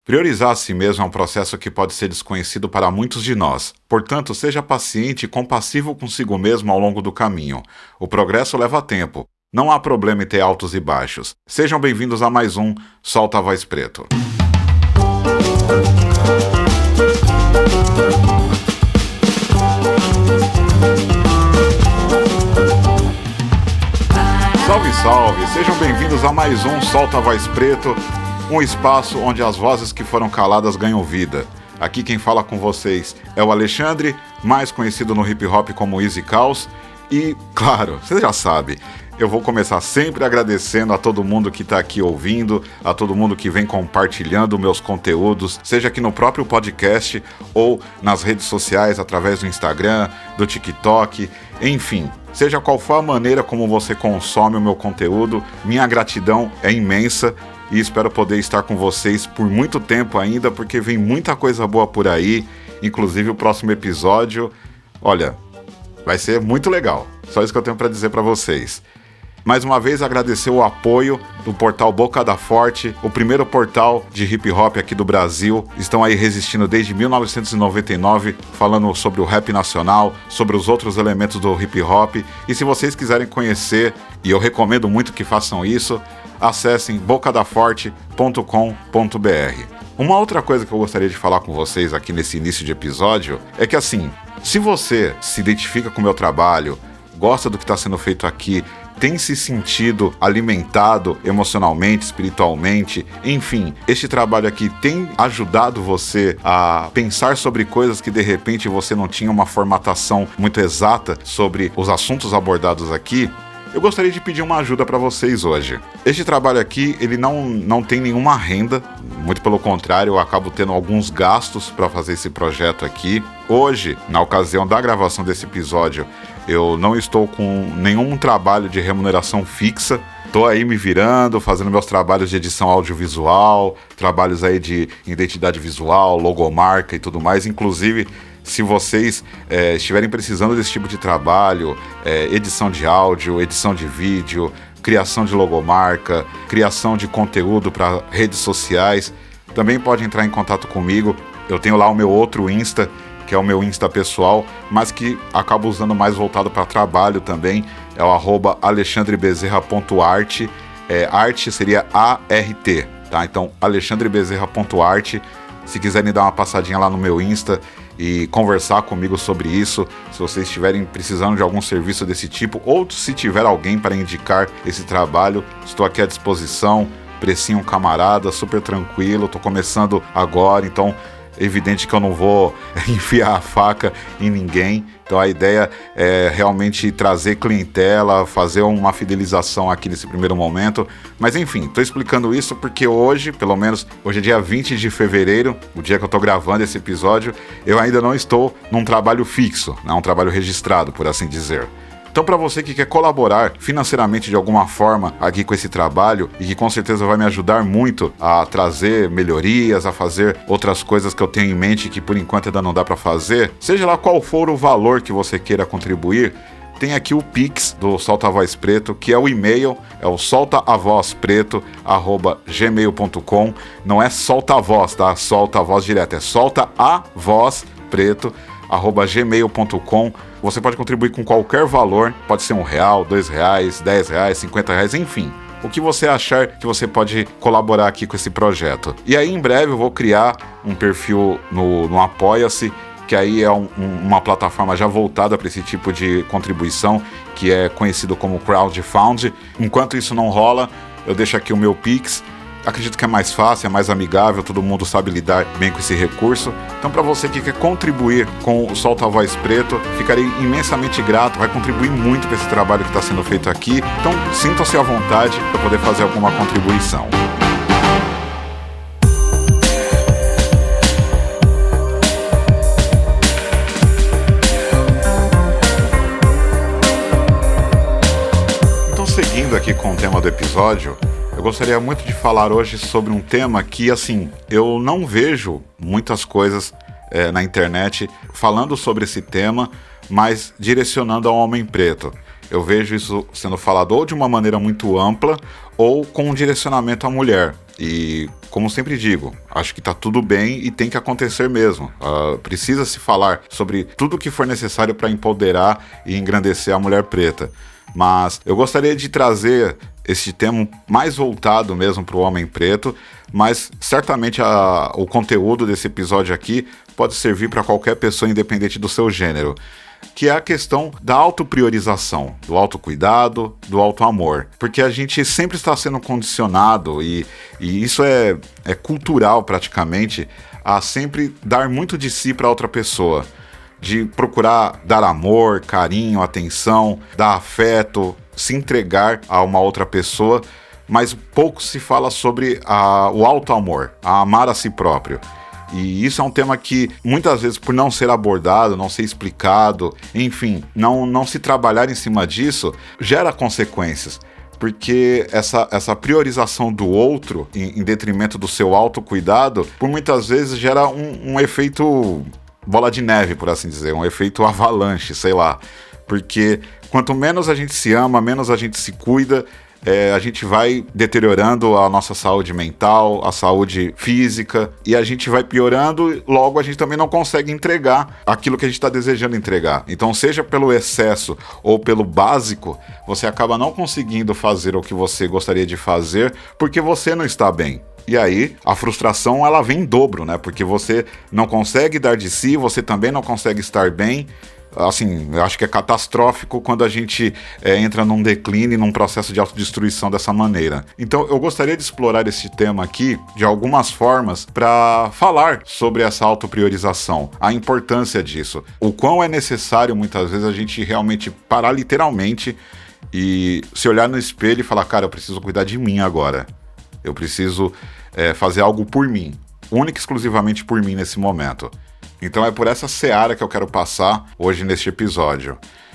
Priorizar a si mesmo é um processo que pode ser desconhecido para muitos de nós. Portanto, seja paciente e compassivo consigo mesmo ao longo do caminho. O progresso leva tempo. Não há problema em ter altos e baixos. Sejam bem-vindos a mais um Solta a Voz Preto. Salve, salve! Sejam bem-vindos a mais um Solta a Voz Preto, um espaço onde as vozes que foram caladas ganham vida. Aqui quem fala com vocês é o Alexandre, mais conhecido no hip hop como Easy Caos. E, claro, você já sabe, eu vou começar sempre agradecendo a todo mundo que está aqui ouvindo, a todo mundo que vem compartilhando meus conteúdos, seja aqui no próprio podcast ou nas redes sociais, através do Instagram, do TikTok, enfim. Seja qual for a maneira como você consome o meu conteúdo, minha gratidão é imensa e espero poder estar com vocês por muito tempo ainda, porque vem muita coisa boa por aí, inclusive o próximo episódio, olha, vai ser muito legal. Só isso que eu tenho para dizer para vocês. Mais uma vez agradecer o apoio do portal Boca da Forte, o primeiro portal de hip hop aqui do Brasil. Estão aí resistindo desde 1999, falando sobre o rap nacional, sobre os outros elementos do hip hop. E se vocês quiserem conhecer, e eu recomendo muito que façam isso, acessem bocadaforte.com.br. Uma outra coisa que eu gostaria de falar com vocês aqui nesse início de episódio é que, assim, se você se identifica com o meu trabalho, gosta do que está sendo feito aqui, tem se sentido alimentado emocionalmente, espiritualmente, enfim, este trabalho aqui tem ajudado você a pensar sobre coisas que de repente você não tinha uma formatação muito exata sobre os assuntos abordados aqui, eu gostaria de pedir uma ajuda para vocês hoje. Este trabalho aqui, ele não tem nenhuma renda, muito pelo contrário, eu acabo tendo alguns gastos para fazer esse projeto aqui. Hoje, na ocasião da gravação desse episódio, eu não estou com nenhum trabalho de remuneração fixa. Estou aí me virando, fazendo meus trabalhos de edição audiovisual, trabalhos aí de identidade visual, logomarca e tudo mais. Inclusive, se vocês estiverem precisando desse tipo de trabalho, edição de áudio, edição de vídeo, criação de logomarca, criação de conteúdo para redes sociais, também pode entrar em contato comigo. Eu tenho lá o meu outro Insta, que é o meu Insta pessoal, mas que acabo usando mais voltado para trabalho também, é o @alexandrebezerra.art, arte seria ART, tá? Então, alexandrebezerra.art, se quiserem dar uma passadinha lá no meu Insta e conversar comigo sobre isso, se vocês estiverem precisando de algum serviço desse tipo, ou se tiver alguém para indicar esse trabalho, estou aqui à disposição, precinho camarada, super tranquilo, estou começando agora, então é evidente que eu não vou enfiar a faca em ninguém. Então a ideia é realmente trazer clientela, fazer uma fidelização aqui nesse primeiro momento. Mas enfim, estou explicando isso porque hoje, pelo menos hoje é dia 20 de fevereiro, o dia que eu estou gravando esse episódio, eu ainda não estou num trabalho fixo, né, um trabalho registrado, por assim dizer. Então, para você que quer colaborar financeiramente de alguma forma aqui com esse trabalho e que com certeza vai me ajudar muito a trazer melhorias, a fazer outras coisas que eu tenho em mente que por enquanto ainda não dá para fazer, seja lá qual for o valor que você queira contribuir, tem aqui o Pix do Solta a Voz Preto, que é o e-mail, é o soltaavozpreto@gmail.com. Não é solta a voz, tá? Solta a voz direto, é soltaavozpreto@gmail.com. Você pode contribuir com qualquer valor, pode ser R$1, R$2, R$10, R$50, enfim. O que você achar que você pode colaborar aqui com esse projeto. E aí em breve eu vou criar um perfil no Apoia-se, que aí é uma plataforma já voltada para esse tipo de contribuição, que é conhecido como crowdfunding. Enquanto isso não rola, eu deixo aqui o meu Pix. Acredito que é mais fácil, é mais amigável, todo mundo sabe lidar bem com esse recurso. Então, para você que quer contribuir com o Solta a Voz Preto, ficarei imensamente grato, vai contribuir muito para esse trabalho que está sendo feito aqui. Então, sintam-se à vontade para poder fazer alguma contribuição. Então, seguindo aqui com o tema do episódio, eu gostaria muito de falar hoje sobre um tema que, assim, eu não vejo muitas coisas na internet falando sobre esse tema, mas direcionando ao homem preto. Eu vejo isso sendo falado ou de uma maneira muito ampla ou com um direcionamento à mulher. E, como sempre digo, acho que tá tudo bem e tem que acontecer mesmo. Precisa se falar sobre tudo o que for necessário para empoderar e engrandecer a mulher preta. Mas eu gostaria de trazer esse tema mais voltado mesmo para o homem preto, mas certamente o conteúdo desse episódio aqui pode servir para qualquer pessoa, independente do seu gênero, que é a questão da autopriorização, do autocuidado, do autoamor. Porque a gente sempre está sendo condicionado, e isso é cultural praticamente, a sempre dar muito de si para outra pessoa. De procurar dar amor, carinho, atenção, dar afeto, se entregar a uma outra pessoa, mas pouco se fala sobre o auto-amor, a amar a si próprio. E isso é um tema que, muitas vezes, por não ser abordado, não ser explicado, enfim, não se trabalhar em cima disso, gera consequências. Porque essa priorização do outro em detrimento do seu autocuidado, por muitas vezes gera um efeito bola de neve, por assim dizer, um efeito avalanche, sei lá. Porque quanto menos a gente se ama, menos a gente se cuida, a gente vai deteriorando a nossa saúde mental, a saúde física, e a gente vai piorando, logo a gente também não consegue entregar aquilo que a gente está desejando entregar. Então, seja pelo excesso ou pelo básico, você acaba não conseguindo fazer o que você gostaria de fazer porque você não está bem. E aí, a frustração, ela vem em dobro, né? Porque você não consegue dar de si, você também não consegue estar bem. Assim, eu acho que é catastrófico quando a gente entra num declínio, num processo de autodestruição dessa maneira. Então, eu gostaria de explorar esse tema aqui de algumas formas para falar sobre essa autopriorização, a importância disso, o quão é necessário muitas vezes a gente realmente parar literalmente e se olhar no espelho e falar, cara, eu preciso cuidar de mim agora. Eu preciso fazer algo por mim, única e exclusivamente por mim nesse momento. Então é por essa seara que eu quero passar hoje neste episódio.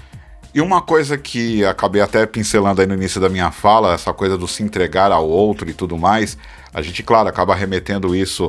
E uma coisa que acabei até pincelando aí no início da minha fala, essa coisa do se entregar ao outro e tudo mais, a gente, claro, acaba remetendo isso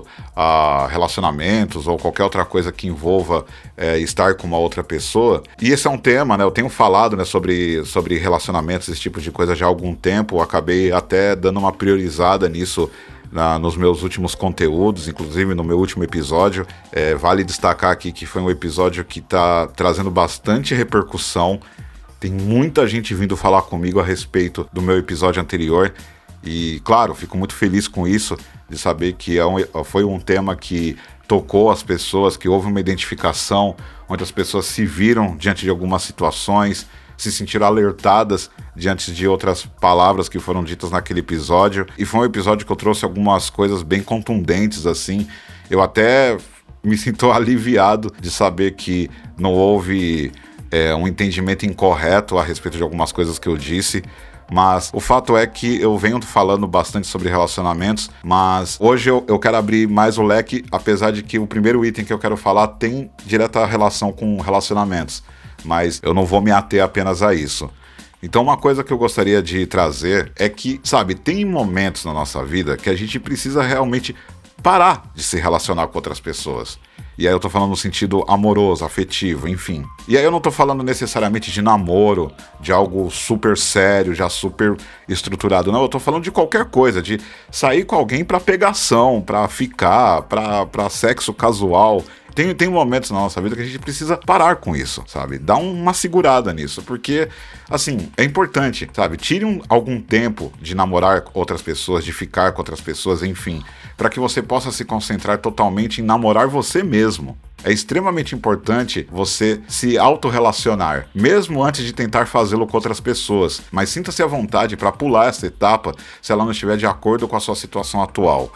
a relacionamentos ou qualquer outra coisa que envolva estar com uma outra pessoa. E esse é um tema, né? Eu tenho falado, né, sobre relacionamentos, esse tipo de coisa já há algum tempo. Eu acabei até dando uma priorizada nisso nos meus últimos conteúdos, inclusive no meu último episódio. Vale destacar aqui que foi um episódio que está trazendo bastante repercussão. Tem muita gente vindo falar comigo a respeito do meu episódio anterior. E, claro, fico muito feliz com isso, de saber que foi um tema que tocou as pessoas, que houve uma identificação, onde as pessoas se viram diante de algumas situações, se sentiram alertadas diante de outras palavras que foram ditas naquele episódio. E foi um episódio que eu trouxe algumas coisas bem contundentes, assim. Eu até me sinto aliviado de saber que não houve um entendimento incorreto a respeito de algumas coisas que eu disse. Mas o fato é que eu venho falando bastante sobre relacionamentos, mas hoje eu quero abrir mais o leque, apesar de que o primeiro item que eu quero falar tem direta relação com relacionamentos, mas eu não vou me ater apenas a isso. Então uma coisa que eu gostaria de trazer é que, sabe, tem momentos na nossa vida que a gente precisa realmente parar de se relacionar com outras pessoas. E aí eu tô falando no sentido amoroso, afetivo, enfim. E aí eu não tô falando necessariamente de namoro, de algo super sério, já super estruturado. Não, eu tô falando de qualquer coisa, de sair com alguém pra pegação, pra ficar, pra sexo casual. Tem momentos na nossa vida que a gente precisa parar com isso, sabe? Dar uma segurada nisso, porque, assim, é importante, sabe? Tire algum tempo de namorar com outras pessoas, de ficar com outras pessoas, enfim, para que você possa se concentrar totalmente em namorar você mesmo. É extremamente importante você se autorrelacionar, mesmo antes de tentar fazê-lo com outras pessoas, mas sinta-se à vontade para pular essa etapa se ela não estiver de acordo com a sua situação atual.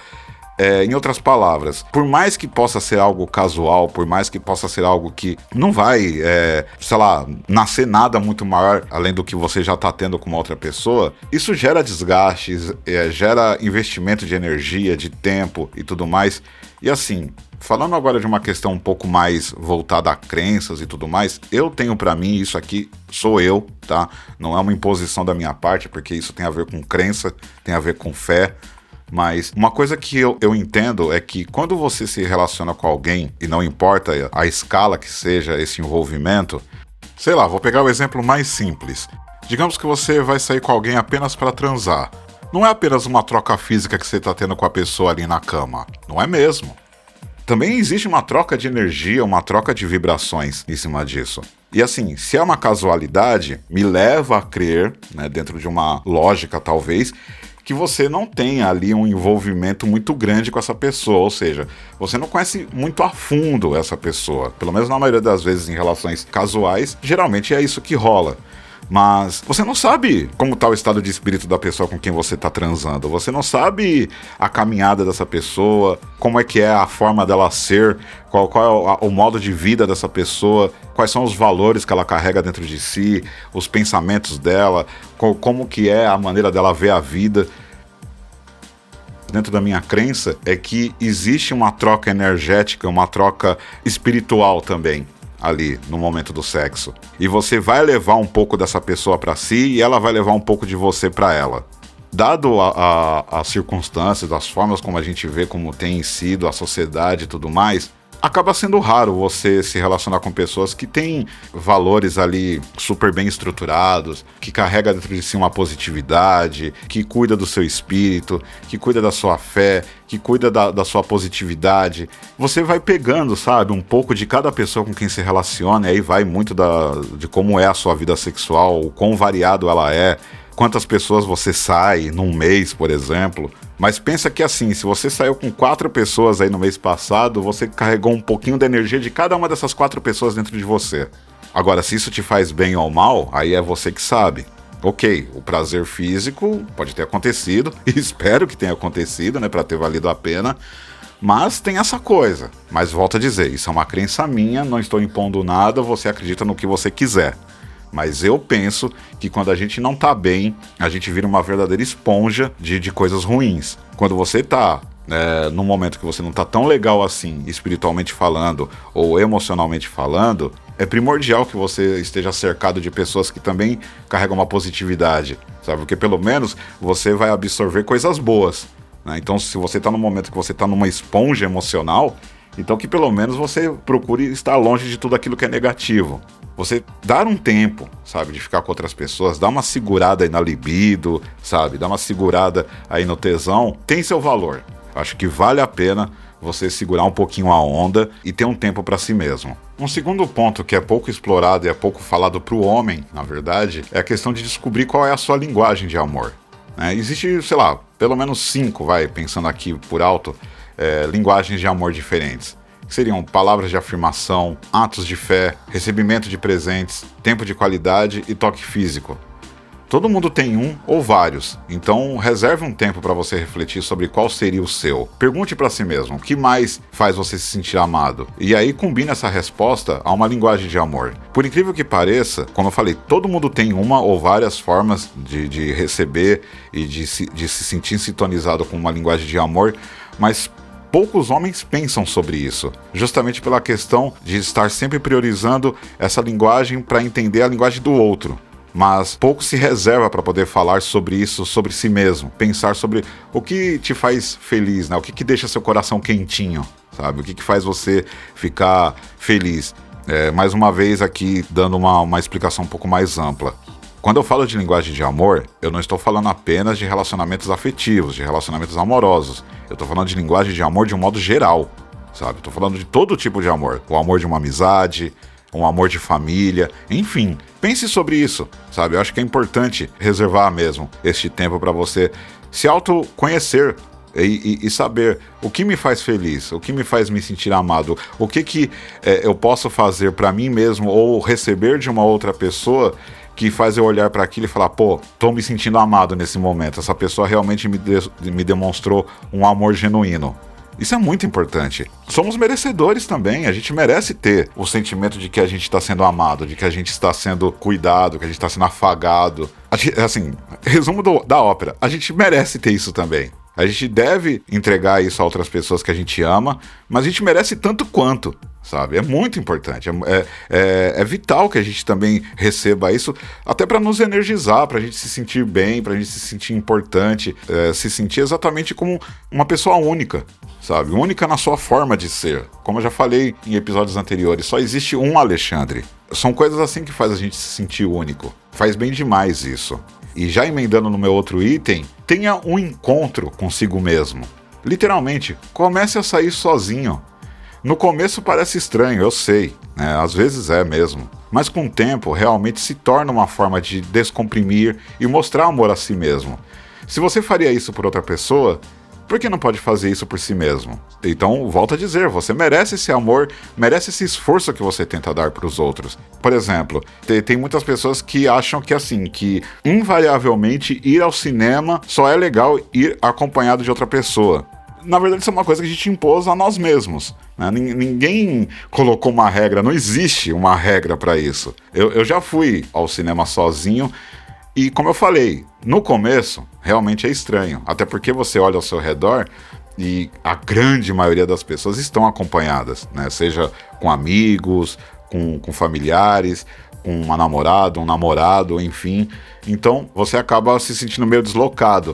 Em outras palavras, por mais que possa ser algo casual, por mais que possa ser algo que não vai, sei lá, nascer nada muito maior além do que você já está tendo com uma outra pessoa, isso gera desgastes, gera investimento de energia, de tempo e tudo mais. E assim, falando agora de uma questão um pouco mais voltada a crenças e tudo mais, eu tenho pra mim, isso aqui sou eu, tá? Não é uma imposição da minha parte, porque isso tem a ver com crença, tem a ver com fé. Mas uma coisa que eu entendo é que quando você se relaciona com alguém, e não importa a escala que seja esse envolvimento, sei lá, vou pegar o exemplo mais simples. Digamos que você vai sair com alguém apenas para transar. não é apenas uma troca física que você está tendo com a pessoa ali na cama. Não é mesmo. Também existe uma troca de energia, uma troca de vibrações em cima disso. E assim, se é uma casualidade, me leva a crer, né, dentro de uma lógica talvez, que você não tenha ali um envolvimento muito grande com essa pessoa, ou seja, você não conhece muito a fundo essa pessoa. Pelo menos na maioria das vezes em relações casuais, geralmente é isso que rola. Mas você não sabe como está o estado de espírito da pessoa com quem você está transando. Você não sabe a caminhada dessa pessoa, como é que é a forma dela ser, qual é o modo de vida dessa pessoa, quais são os valores que ela carrega dentro de si, os pensamentos dela, como que é a maneira dela ver a vida. Dentro da minha crença é que existe uma troca energética, uma troca espiritual também ali no momento do sexo. E você vai levar um pouco dessa pessoa para si e ela vai levar um pouco de você para ela. Dado as circunstâncias, as formas como a gente vê como tem sido a sociedade e tudo mais, acaba sendo raro você se relacionar com pessoas que têm valores ali super bem estruturados, que carrega dentro de si uma positividade, que cuida do seu espírito, que cuida da sua fé, que cuida da sua positividade. Você vai pegando, sabe, um pouco de cada pessoa com quem se relaciona, e aí vai muito de como é a sua vida sexual, o quão variado ela é, quantas pessoas você sai num mês, por exemplo. Mas pensa que assim, se você saiu com 4 pessoas aí no mês passado, você carregou um pouquinho da energia de cada uma dessas 4 pessoas dentro de você. Agora, se isso te faz bem ou mal, aí é você que sabe. Ok, o prazer físico pode ter acontecido, e espero que tenha acontecido, né, para ter valido a pena, mas tem essa coisa. Mas volto a dizer, isso é uma crença minha, não estou impondo nada, você acredita no que você quiser. Mas eu penso que quando a gente não tá bem, a gente vira uma verdadeira esponja de coisas ruins. Quando você tá num momento que você não tá tão legal assim, espiritualmente falando ou emocionalmente falando, é primordial que você esteja cercado de pessoas que também carregam uma positividade, sabe? Porque pelo menos você vai absorver coisas boas, né? Então, se você tá num momento que você tá numa esponja emocional, então que pelo menos você procure estar longe de tudo aquilo que é negativo. Você dar um tempo, sabe, de ficar com outras pessoas, dar uma segurada aí na libido, sabe, dar uma segurada aí no tesão, tem seu valor. Acho que vale a pena você segurar um pouquinho a onda e ter um tempo para si mesmo. Um segundo ponto que é pouco explorado e é pouco falado para o homem, na verdade, é a questão de descobrir qual é a sua linguagem de amor. Existe, sei lá, pelo menos 5, pensando aqui por alto, linguagens de amor diferentes. Que seriam palavras de afirmação, atos de fé, recebimento de presentes, tempo de qualidade e toque físico. Todo mundo tem um ou vários, então reserve um tempo para você refletir sobre qual seria o seu. Pergunte para si mesmo, o que mais faz você se sentir amado? E aí combine essa resposta a uma linguagem de amor. Por incrível que pareça, como eu falei, todo mundo tem uma ou várias formas de receber e de se sentir sintonizado com uma linguagem de amor, mas poucos homens pensam sobre isso, justamente pela questão de estar sempre priorizando essa linguagem para entender a linguagem do outro. Mas pouco se reserva para poder falar sobre isso, sobre si mesmo, pensar sobre o que te faz feliz, né? O que deixa seu coração quentinho, sabe? O que faz você ficar feliz. Mais uma vez aqui dando uma explicação um pouco mais ampla. Quando eu falo de linguagem de amor, eu não estou falando apenas de relacionamentos afetivos, de relacionamentos amorosos. Eu estou falando de linguagem de amor de um modo geral, sabe? Estou falando de todo tipo de amor. O amor de uma amizade, um amor de família, enfim. Pense sobre isso, sabe? Eu acho que é importante reservar mesmo este tempo para você se autoconhecer e saber o que me faz feliz, o que me faz me sentir amado, o que eu posso fazer para mim mesmo ou receber de uma outra pessoa que faz eu olhar para aquilo e falar, pô, tô me sentindo amado nesse momento, essa pessoa realmente me demonstrou um amor genuíno. Isso é muito importante. Somos merecedores também, a gente merece ter o sentimento de que a gente está sendo amado, de que a gente está sendo cuidado, que a gente está sendo afagado. Assim, resumo da ópera, a gente merece ter isso também. A gente deve entregar isso a outras pessoas que a gente ama, mas a gente merece tanto quanto, sabe? É muito importante, é vital que a gente também receba isso, até para nos energizar, para a gente se sentir bem, para a gente se sentir importante, se sentir exatamente como uma pessoa única, sabe? Única na sua forma de ser. Como eu já falei em episódios anteriores, só existe um Alexandre. São coisas assim que faz a gente se sentir único. Faz bem demais isso. E já emendando no meu outro item, tenha um encontro consigo mesmo. Literalmente, comece a sair sozinho. No começo parece estranho, eu sei, né? Às vezes é mesmo. Mas com o tempo, realmente se torna uma forma de descomprimir e mostrar amor a si mesmo. Se você faria isso por outra pessoa, por que não pode fazer isso por si mesmo? Então, volto a dizer, você merece esse amor, merece esse esforço que você tenta dar para os outros. Por exemplo, tem muitas pessoas que acham que assim, que invariavelmente ir ao cinema só é legal ir acompanhado de outra pessoa. Na verdade, isso é uma coisa que a gente impôs a nós mesmos, né? Ninguém colocou uma regra, não existe uma regra para isso. Eu já fui ao cinema sozinho e, como eu falei, no começo realmente é estranho, até porque você olha ao seu redor e a grande maioria das pessoas estão acompanhadas, né? Seja com amigos, com familiares, com uma namorada, um namorado, enfim. Então você acaba se sentindo meio deslocado.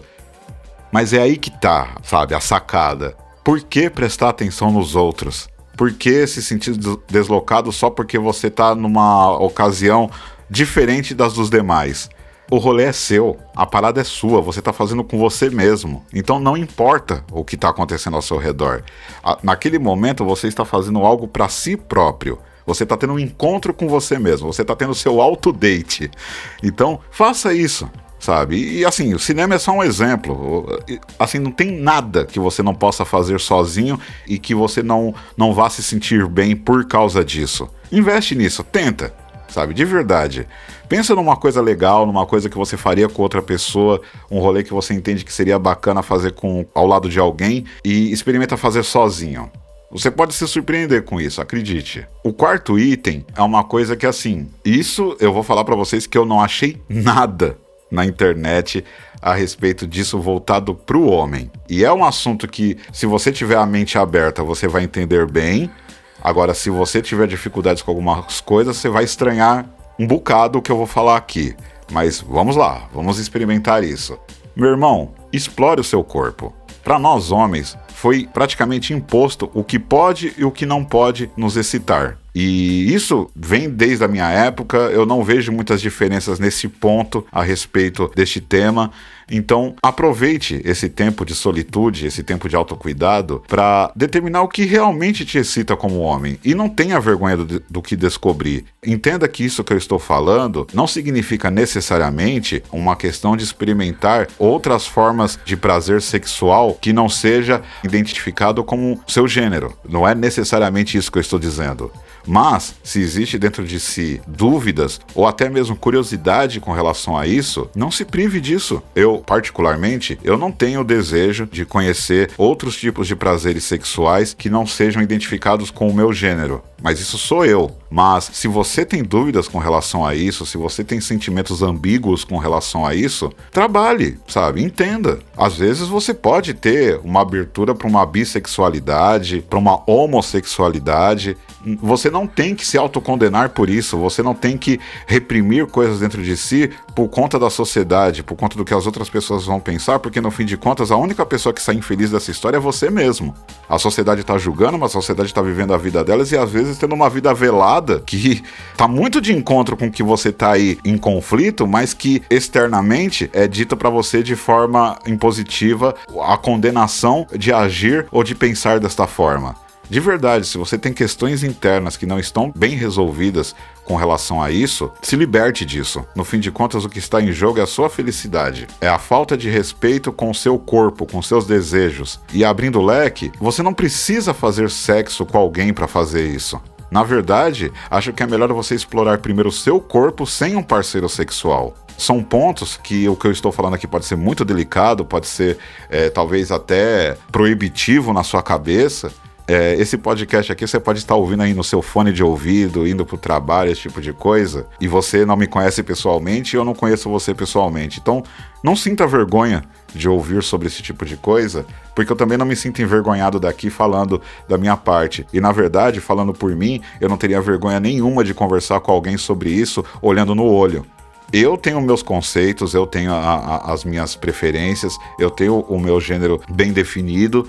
Mas é aí que tá, sabe, a sacada. Por que prestar atenção nos outros? Por que se sentir deslocado só porque você tá numa ocasião diferente das dos demais? O rolê é seu, a parada é sua, você tá fazendo com você mesmo. Então não importa o que tá acontecendo ao seu redor. Naquele momento você está fazendo algo para si próprio. Você está tendo um encontro com você mesmo, você está tendo seu auto-date. Então faça isso. Sabe? E assim, o cinema é só um exemplo. Assim, não tem nada que você não possa fazer sozinho e que você não vá se sentir bem por causa disso. Investe nisso, tenta, sabe? De verdade. Pensa numa coisa legal, numa coisa que você faria com outra pessoa, um rolê que você entende que seria bacana fazer ao lado de alguém e experimenta fazer sozinho. Você pode se surpreender com isso, acredite. O quarto item é uma coisa que assim, isso eu vou falar pra vocês que eu não achei nada na internet a respeito disso voltado para o homem. E é um assunto que, se você tiver a mente aberta, você vai entender bem. Agora, se você tiver dificuldades com algumas coisas, você vai estranhar um bocado o que eu vou falar aqui. Mas vamos lá, vamos experimentar isso. Meu irmão, explore o seu corpo. Para nós homens, foi praticamente imposto o que pode e o que não pode nos excitar. E isso vem desde a minha época, eu não vejo muitas diferenças nesse ponto a respeito deste tema. Então, aproveite esse tempo de solitude, esse tempo de autocuidado, para determinar o que realmente te excita como homem. E não tenha vergonha do que descobrir. Entenda que isso que eu estou falando não significa necessariamente uma questão de experimentar outras formas de prazer sexual que não seja identificado como seu gênero. Não é necessariamente isso que eu estou dizendo. Mas, se existe dentro de si dúvidas ou até mesmo curiosidade com relação a isso, não se prive disso. Eu, particularmente, eu não tenho o desejo de conhecer outros tipos de prazeres sexuais que não sejam identificados com o meu gênero. Mas isso sou eu. Mas se você tem dúvidas com relação a isso, se você tem sentimentos ambíguos com relação a isso, trabalhe, sabe? Entenda. Às vezes você pode ter uma abertura para uma bissexualidade, para uma homossexualidade. Você não tem que se autocondenar por isso, você não tem que reprimir coisas dentro de si por conta da sociedade, por conta do que as outras pessoas vão pensar, porque no fim de contas a única pessoa que sai infeliz dessa história é você mesmo. A sociedade tá julgando, mas a sociedade tá vivendo a vida delas e às vezes tendo uma vida velada que tá muito de encontro com o que você tá aí em conflito, mas que externamente é dita pra você de forma impositiva a condenação de agir ou de pensar desta forma. De verdade, se você tem questões internas que não estão bem resolvidas com relação a isso, se liberte disso. No fim de contas, o que está em jogo é a sua felicidade. É a falta de respeito com o seu corpo, com seus desejos. E abrindo o leque, você não precisa fazer sexo com alguém para fazer isso. Na verdade, acho que é melhor você explorar primeiro o seu corpo sem um parceiro sexual. São pontos que o que eu estou falando aqui pode ser muito delicado, pode ser talvez até proibitivo na sua cabeça. Esse podcast aqui você pode estar ouvindo aí no seu fone de ouvido, indo pro trabalho, esse tipo de coisa, e você não me conhece pessoalmente e eu não conheço você pessoalmente. Então, não sinta vergonha de ouvir sobre esse tipo de coisa, porque eu também não me sinto envergonhado daqui falando da minha parte. E, na verdade, falando por mim, eu não teria vergonha nenhuma de conversar com alguém sobre isso olhando no olho. Eu tenho meus conceitos, eu tenho as minhas preferências, eu tenho o meu gênero bem definido,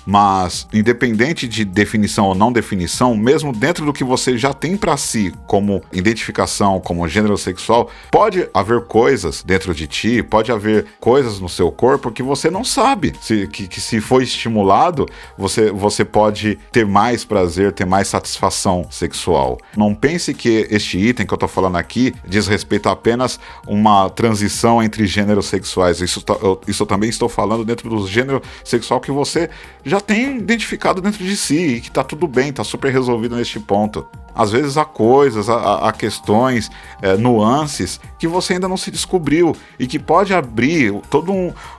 Mas, independente de definição ou não definição, mesmo dentro do que você já tem para si como identificação, como gênero sexual, pode haver coisas dentro de ti, pode haver coisas no seu corpo que você não sabe. Que se for estimulado, você pode ter mais prazer, ter mais satisfação sexual. Não pense que este item que eu tô falando aqui diz respeito a apenas uma transição entre gêneros sexuais. Isso eu também estou falando dentro do gênero sexual que você já tem identificado dentro de si e que tá tudo bem, tá super resolvido neste ponto. Às vezes há coisas, há questões, nuances que você ainda não se descobriu e que pode abrir todo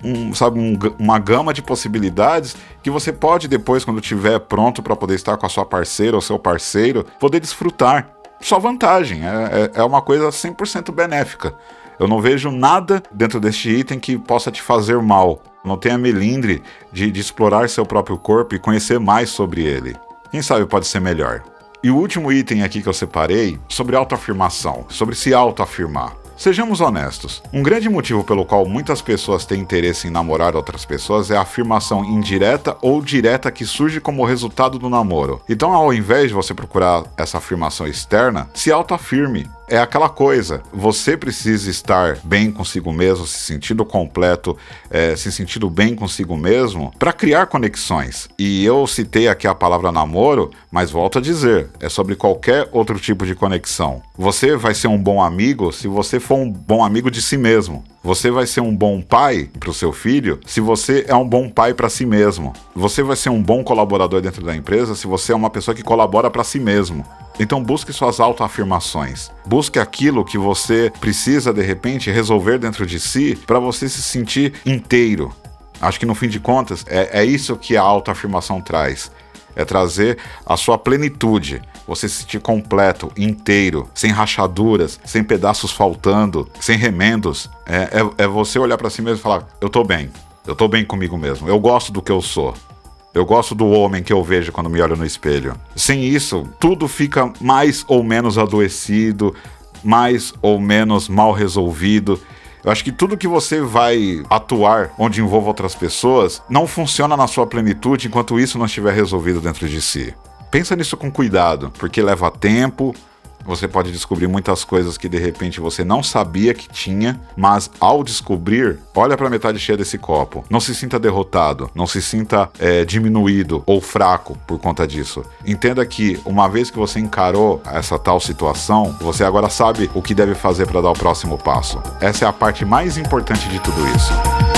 uma gama de possibilidades que você pode depois, quando estiver pronto para poder estar com a sua parceira ou seu parceiro, poder desfrutar. Só vantagem, é uma coisa 100% benéfica. Eu não vejo nada dentro deste item que possa te fazer mal. Não tenha melindre de explorar seu próprio corpo e conhecer mais sobre ele. Quem sabe pode ser melhor. E o último item aqui que eu separei, sobre autoafirmação, sobre se autoafirmar. Sejamos honestos, um grande motivo pelo qual muitas pessoas têm interesse em namorar outras pessoas é a afirmação indireta ou direta que surge como resultado do namoro. Então, ao invés de você procurar essa afirmação externa, se autoafirme. É aquela coisa, você precisa estar bem consigo mesmo, se sentindo completo, se sentindo bem consigo mesmo, para criar conexões. E eu citei aqui a palavra namoro, mas volto a dizer, é sobre qualquer outro tipo de conexão. Você vai ser um bom amigo se você for um bom amigo de si mesmo. Você vai ser um bom pai para o seu filho se você é um bom pai para si mesmo. Você vai ser um bom colaborador dentro da empresa se você é uma pessoa que colabora para si mesmo. Então busque suas autoafirmações. Busque aquilo que você precisa, de repente, resolver dentro de si para você se sentir inteiro. Acho que no fim de contas é isso que a autoafirmação traz. É trazer a sua plenitude, você se sentir completo, inteiro, sem rachaduras, sem pedaços faltando, sem remendos. É você olhar para si mesmo e falar, eu tô bem comigo mesmo, eu gosto do que eu sou. Eu gosto do homem que eu vejo quando me olho no espelho. Sem isso, tudo fica mais ou menos adoecido, mais ou menos mal resolvido. Eu acho que tudo que você vai atuar onde envolva outras pessoas não funciona na sua plenitude enquanto isso não estiver resolvido dentro de si. Pensa nisso com cuidado, porque leva tempo. Você pode descobrir muitas coisas que de repente você não sabia que tinha, mas ao descobrir, olha para a metade cheia desse copo. Não se sinta derrotado, não se sinta diminuído ou fraco por conta disso. Entenda que uma vez que você encarou essa tal situação, você agora sabe o que deve fazer para dar o próximo passo. Essa é a parte mais importante de tudo isso.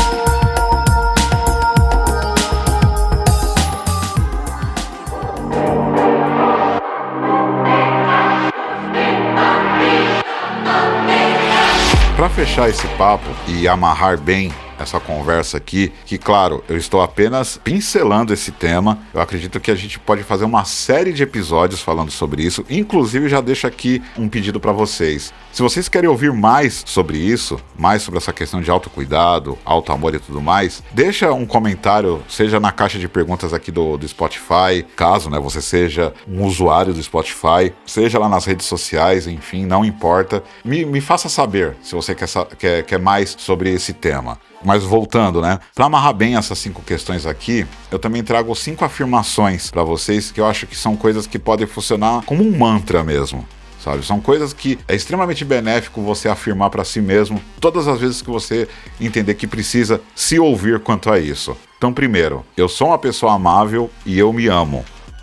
Para fechar esse papo e amarrar bem essa conversa aqui, que claro, eu estou apenas pincelando esse tema, eu acredito que a gente pode fazer uma série de episódios falando sobre isso, inclusive já deixo aqui um pedido para vocês. Se vocês querem ouvir mais sobre isso, mais sobre essa questão de autocuidado, autoamor e tudo mais, deixa um comentário, seja na caixa de perguntas aqui do Spotify, caso você seja um usuário do Spotify, seja lá nas redes sociais, enfim, não importa. Me faça saber se você quer mais sobre esse tema. Mas voltando, para amarrar bem essas 5 questões aqui, eu também trago 5 afirmações para vocês que eu acho que são coisas que podem funcionar como um mantra mesmo, sabe? São coisas que é extremamente benéfico você afirmar para si mesmo todas as vezes que você entender que precisa se ouvir quanto a isso. Então, primeiro, eu sou uma pessoa amável e eu me amo.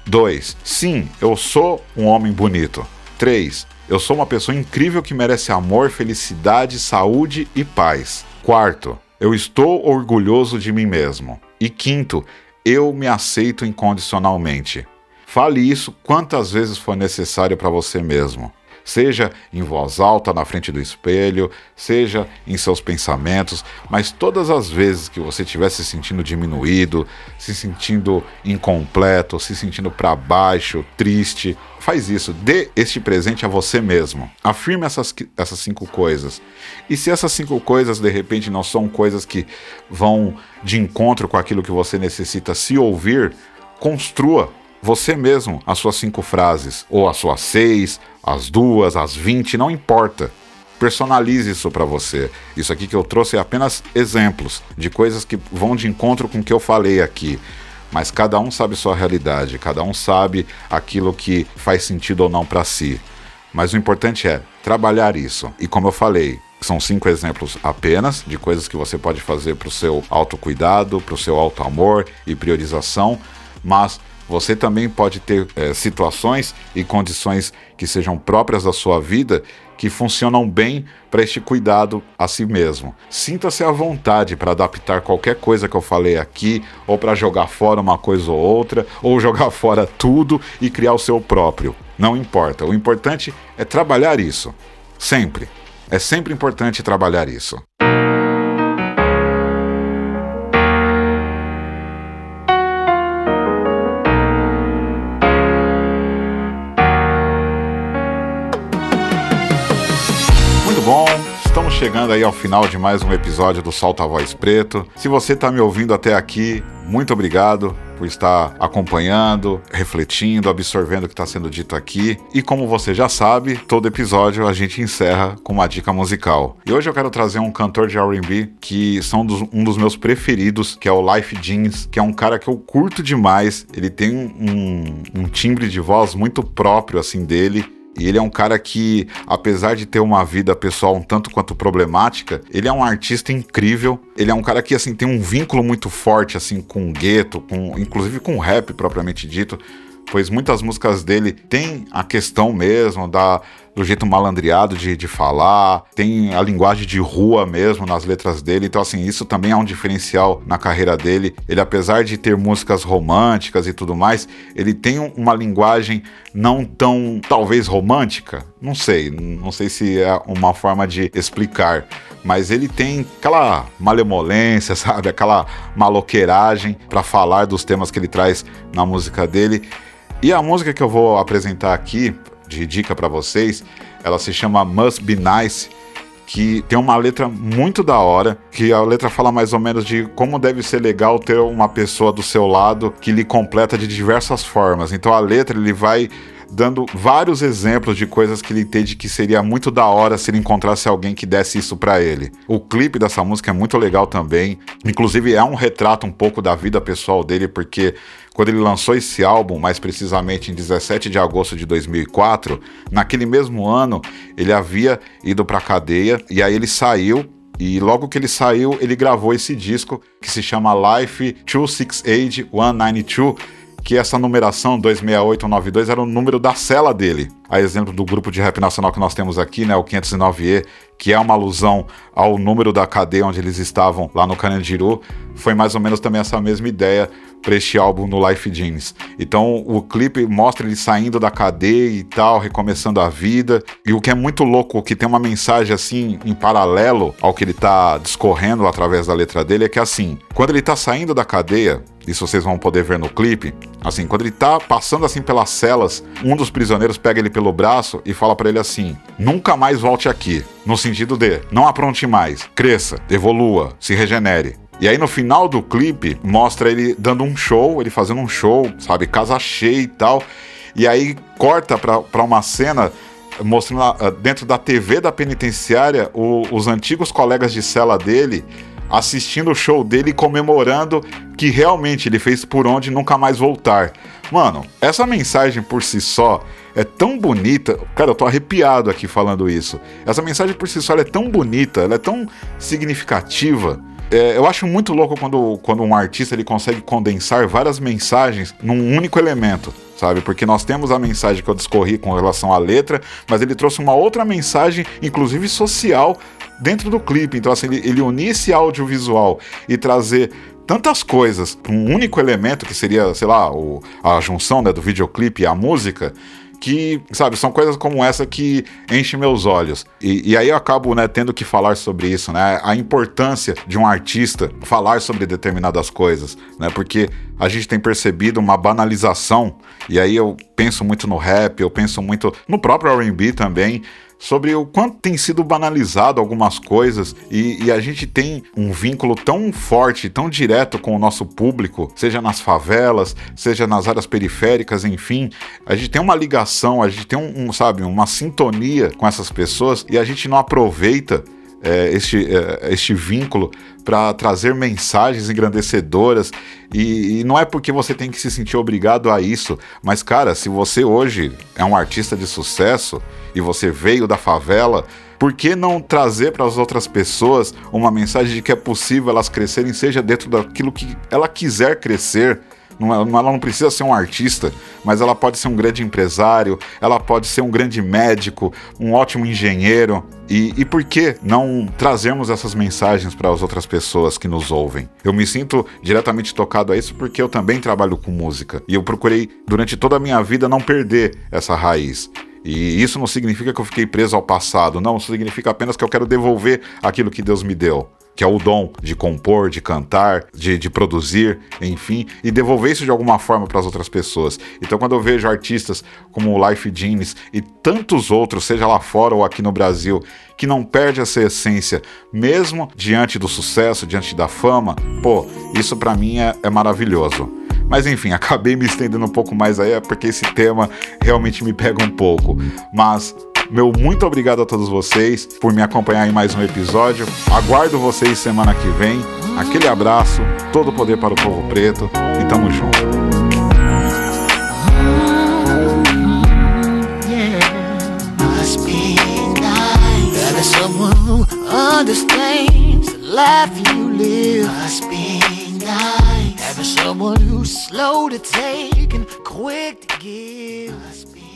2, sim, eu sou um homem bonito. 3, eu sou uma pessoa incrível que merece amor, felicidade, saúde e paz. 4, eu estou orgulhoso de mim mesmo. E 5, eu me aceito incondicionalmente. Fale isso quantas vezes for necessário para você mesmo. Seja em voz alta na frente do espelho, seja em seus pensamentos, mas todas as vezes que você estiver se sentindo diminuído, se sentindo incompleto, se sentindo para baixo, triste, faz isso, dê este presente a você mesmo. Afirme essas 5 coisas. E se essas 5 coisas de repente não são coisas que vão de encontro com aquilo que você necessita se ouvir, construa você mesmo as suas 5 frases, ou as suas 6, as 2, as 20, não importa. Personalize isso para você. Isso aqui que eu trouxe é apenas exemplos de coisas que vão de encontro com o que eu falei aqui. mas cada um sabe sua realidade, cada um sabe aquilo que faz sentido ou não para si. Mas o importante é trabalhar isso. E como eu falei, são 5 exemplos apenas de coisas que você pode fazer para o seu autocuidado, para o seu autoamor e priorização, mas você também pode ter situações e condições que sejam próprias da sua vida que funcionam bem para este cuidado a si mesmo. Sinta-se à vontade para adaptar qualquer coisa que eu falei aqui, ou para jogar fora uma coisa ou outra, ou jogar fora tudo e criar o seu próprio. Não importa. O importante é trabalhar isso. Sempre. É sempre importante trabalhar isso. Muito bom, estamos chegando aí ao final de mais um episódio do Solta a Voz Preto. Se você está me ouvindo até aqui, muito obrigado por estar acompanhando, refletindo, absorvendo o que está sendo dito aqui. E como você já sabe, todo episódio a gente encerra com uma dica musical. E hoje eu quero trazer um cantor de R&B que são um dos meus preferidos, que é o Lyfe Jeans, que é um cara que eu curto demais. Ele tem um timbre de voz muito próprio assim dele. E ele é um cara que, apesar de ter uma vida pessoal um tanto quanto problemática, ele é um artista incrível. Ele é um cara que, assim, tem um vínculo muito forte, assim, com o gueto, inclusive com o rap propriamente dito, pois muitas músicas dele têm a questão mesmo do jeito malandreado de falar, tem a linguagem de rua mesmo nas letras dele, então assim, isso também é um diferencial na carreira dele. Ele, apesar de ter músicas românticas e tudo mais, ele tem uma linguagem não tão, talvez, romântica, não sei se é uma forma de explicar, mas ele tem aquela malemolência, sabe, aquela maloqueiragem para falar dos temas que ele traz na música dele. E a música que eu vou apresentar aqui, de dica para vocês, ela se chama Must Be Nice, que tem uma letra muito da hora, que a letra fala mais ou menos de como deve ser legal ter uma pessoa do seu lado que lhe completa de diversas formas. Então a letra, ele vai dando vários exemplos de coisas que ele entende que seria muito da hora se ele encontrasse alguém que desse isso pra ele. O clipe dessa música é muito legal também, inclusive é um retrato um pouco da vida pessoal dele, porque quando ele lançou esse álbum, mais precisamente em 17 de agosto de 2004, naquele mesmo ano ele havia ido pra cadeia, e aí ele saiu. E logo que ele saiu, ele gravou esse disco que se chama Life 268-192, que essa numeração 26892 era o número da cela dele. A exemplo do grupo de rap nacional que nós temos aqui, né, o 509E, que é uma alusão ao número da cadeia onde eles estavam lá no Carandiru, foi mais ou menos também essa mesma ideia para este álbum no Lyfe Jeans. Então o clipe mostra ele saindo da cadeia e tal, recomeçando a vida, e o que é muito louco, que tem uma mensagem assim em paralelo ao que ele tá discorrendo através da letra dele, é que assim, quando ele tá saindo da cadeia, isso vocês vão poder ver no clipe, assim, quando ele tá passando assim pelas celas, um dos prisioneiros pega ele pelo braço e fala pra ele assim: nunca mais volte aqui, no sentido de não apronte mais, cresça, evolua, se regenere. E aí no final do clipe mostra ele dando um show, ele fazendo um show, sabe, casa cheia e tal, e aí corta pra uma cena mostrando dentro da TV da penitenciária os antigos colegas de cela dele assistindo o show dele e comemorando que realmente ele fez por onde nunca mais voltar. Mano, essa mensagem por si só é tão bonita. Cara, eu tô arrepiado aqui falando isso. Essa mensagem por si só é tão bonita, ela é tão significativa. Eu acho muito louco quando um artista ele consegue condensar várias mensagens num único elemento, sabe? Porque nós temos a mensagem que eu discorri com relação à letra, mas ele trouxe uma outra mensagem, inclusive social, dentro do clipe. Então assim, ele unir esse audiovisual e trazer tantas coisas para um único elemento, que seria, sei lá, a junção, né, do videoclipe e a música, que, sabe, são coisas como essa que enchem meus olhos. E aí eu acabo, né, tendo que falar sobre isso, né, a importância de um artista falar sobre determinadas coisas, né, porque a gente tem percebido uma banalização, e aí eu penso muito no rap, eu penso muito no próprio R&B também, sobre o quanto tem sido banalizado algumas coisas, e a gente tem um vínculo tão forte, tão direto com o nosso público, seja nas favelas, seja nas áreas periféricas, enfim, a gente tem uma ligação, a gente tem sabe, uma sintonia com essas pessoas, e a gente não aproveita este vínculo para trazer mensagens engrandecedoras, e não é porque você tem que se sentir obrigado a isso, mas cara, se você hoje é um artista de sucesso e você veio da favela, por que não trazer para as outras pessoas uma mensagem de que é possível elas crescerem, seja dentro daquilo que ela quiser crescer? Ela não precisa ser um artista, mas ela pode ser um grande empresário, ela pode ser um grande médico, um ótimo engenheiro. E por que não trazermos essas mensagens para as outras pessoas que nos ouvem? Eu me sinto diretamente tocado a isso porque eu também trabalho com música. E eu procurei, durante toda a minha vida, não perder essa raiz. E isso não significa que eu fiquei preso ao passado, não, isso significa apenas que eu quero devolver aquilo que Deus me deu, que é o dom de compor, de cantar, de produzir, enfim, e devolver isso de alguma forma para as outras pessoas. Então quando eu vejo artistas como o Lyfe Jeans e tantos outros, seja lá fora ou aqui no Brasil, que não perde essa essência, mesmo diante do sucesso, diante da fama, pô, isso para mim é maravilhoso. Mas enfim, acabei me estendendo um pouco mais aí, porque esse tema realmente me pega um pouco. Mas meu muito obrigado a todos vocês por me acompanhar em mais um episódio. Aguardo vocês semana que vem. Aquele abraço, todo o poder para o povo preto e tamo junto. Having someone who's slow to take and quick to give.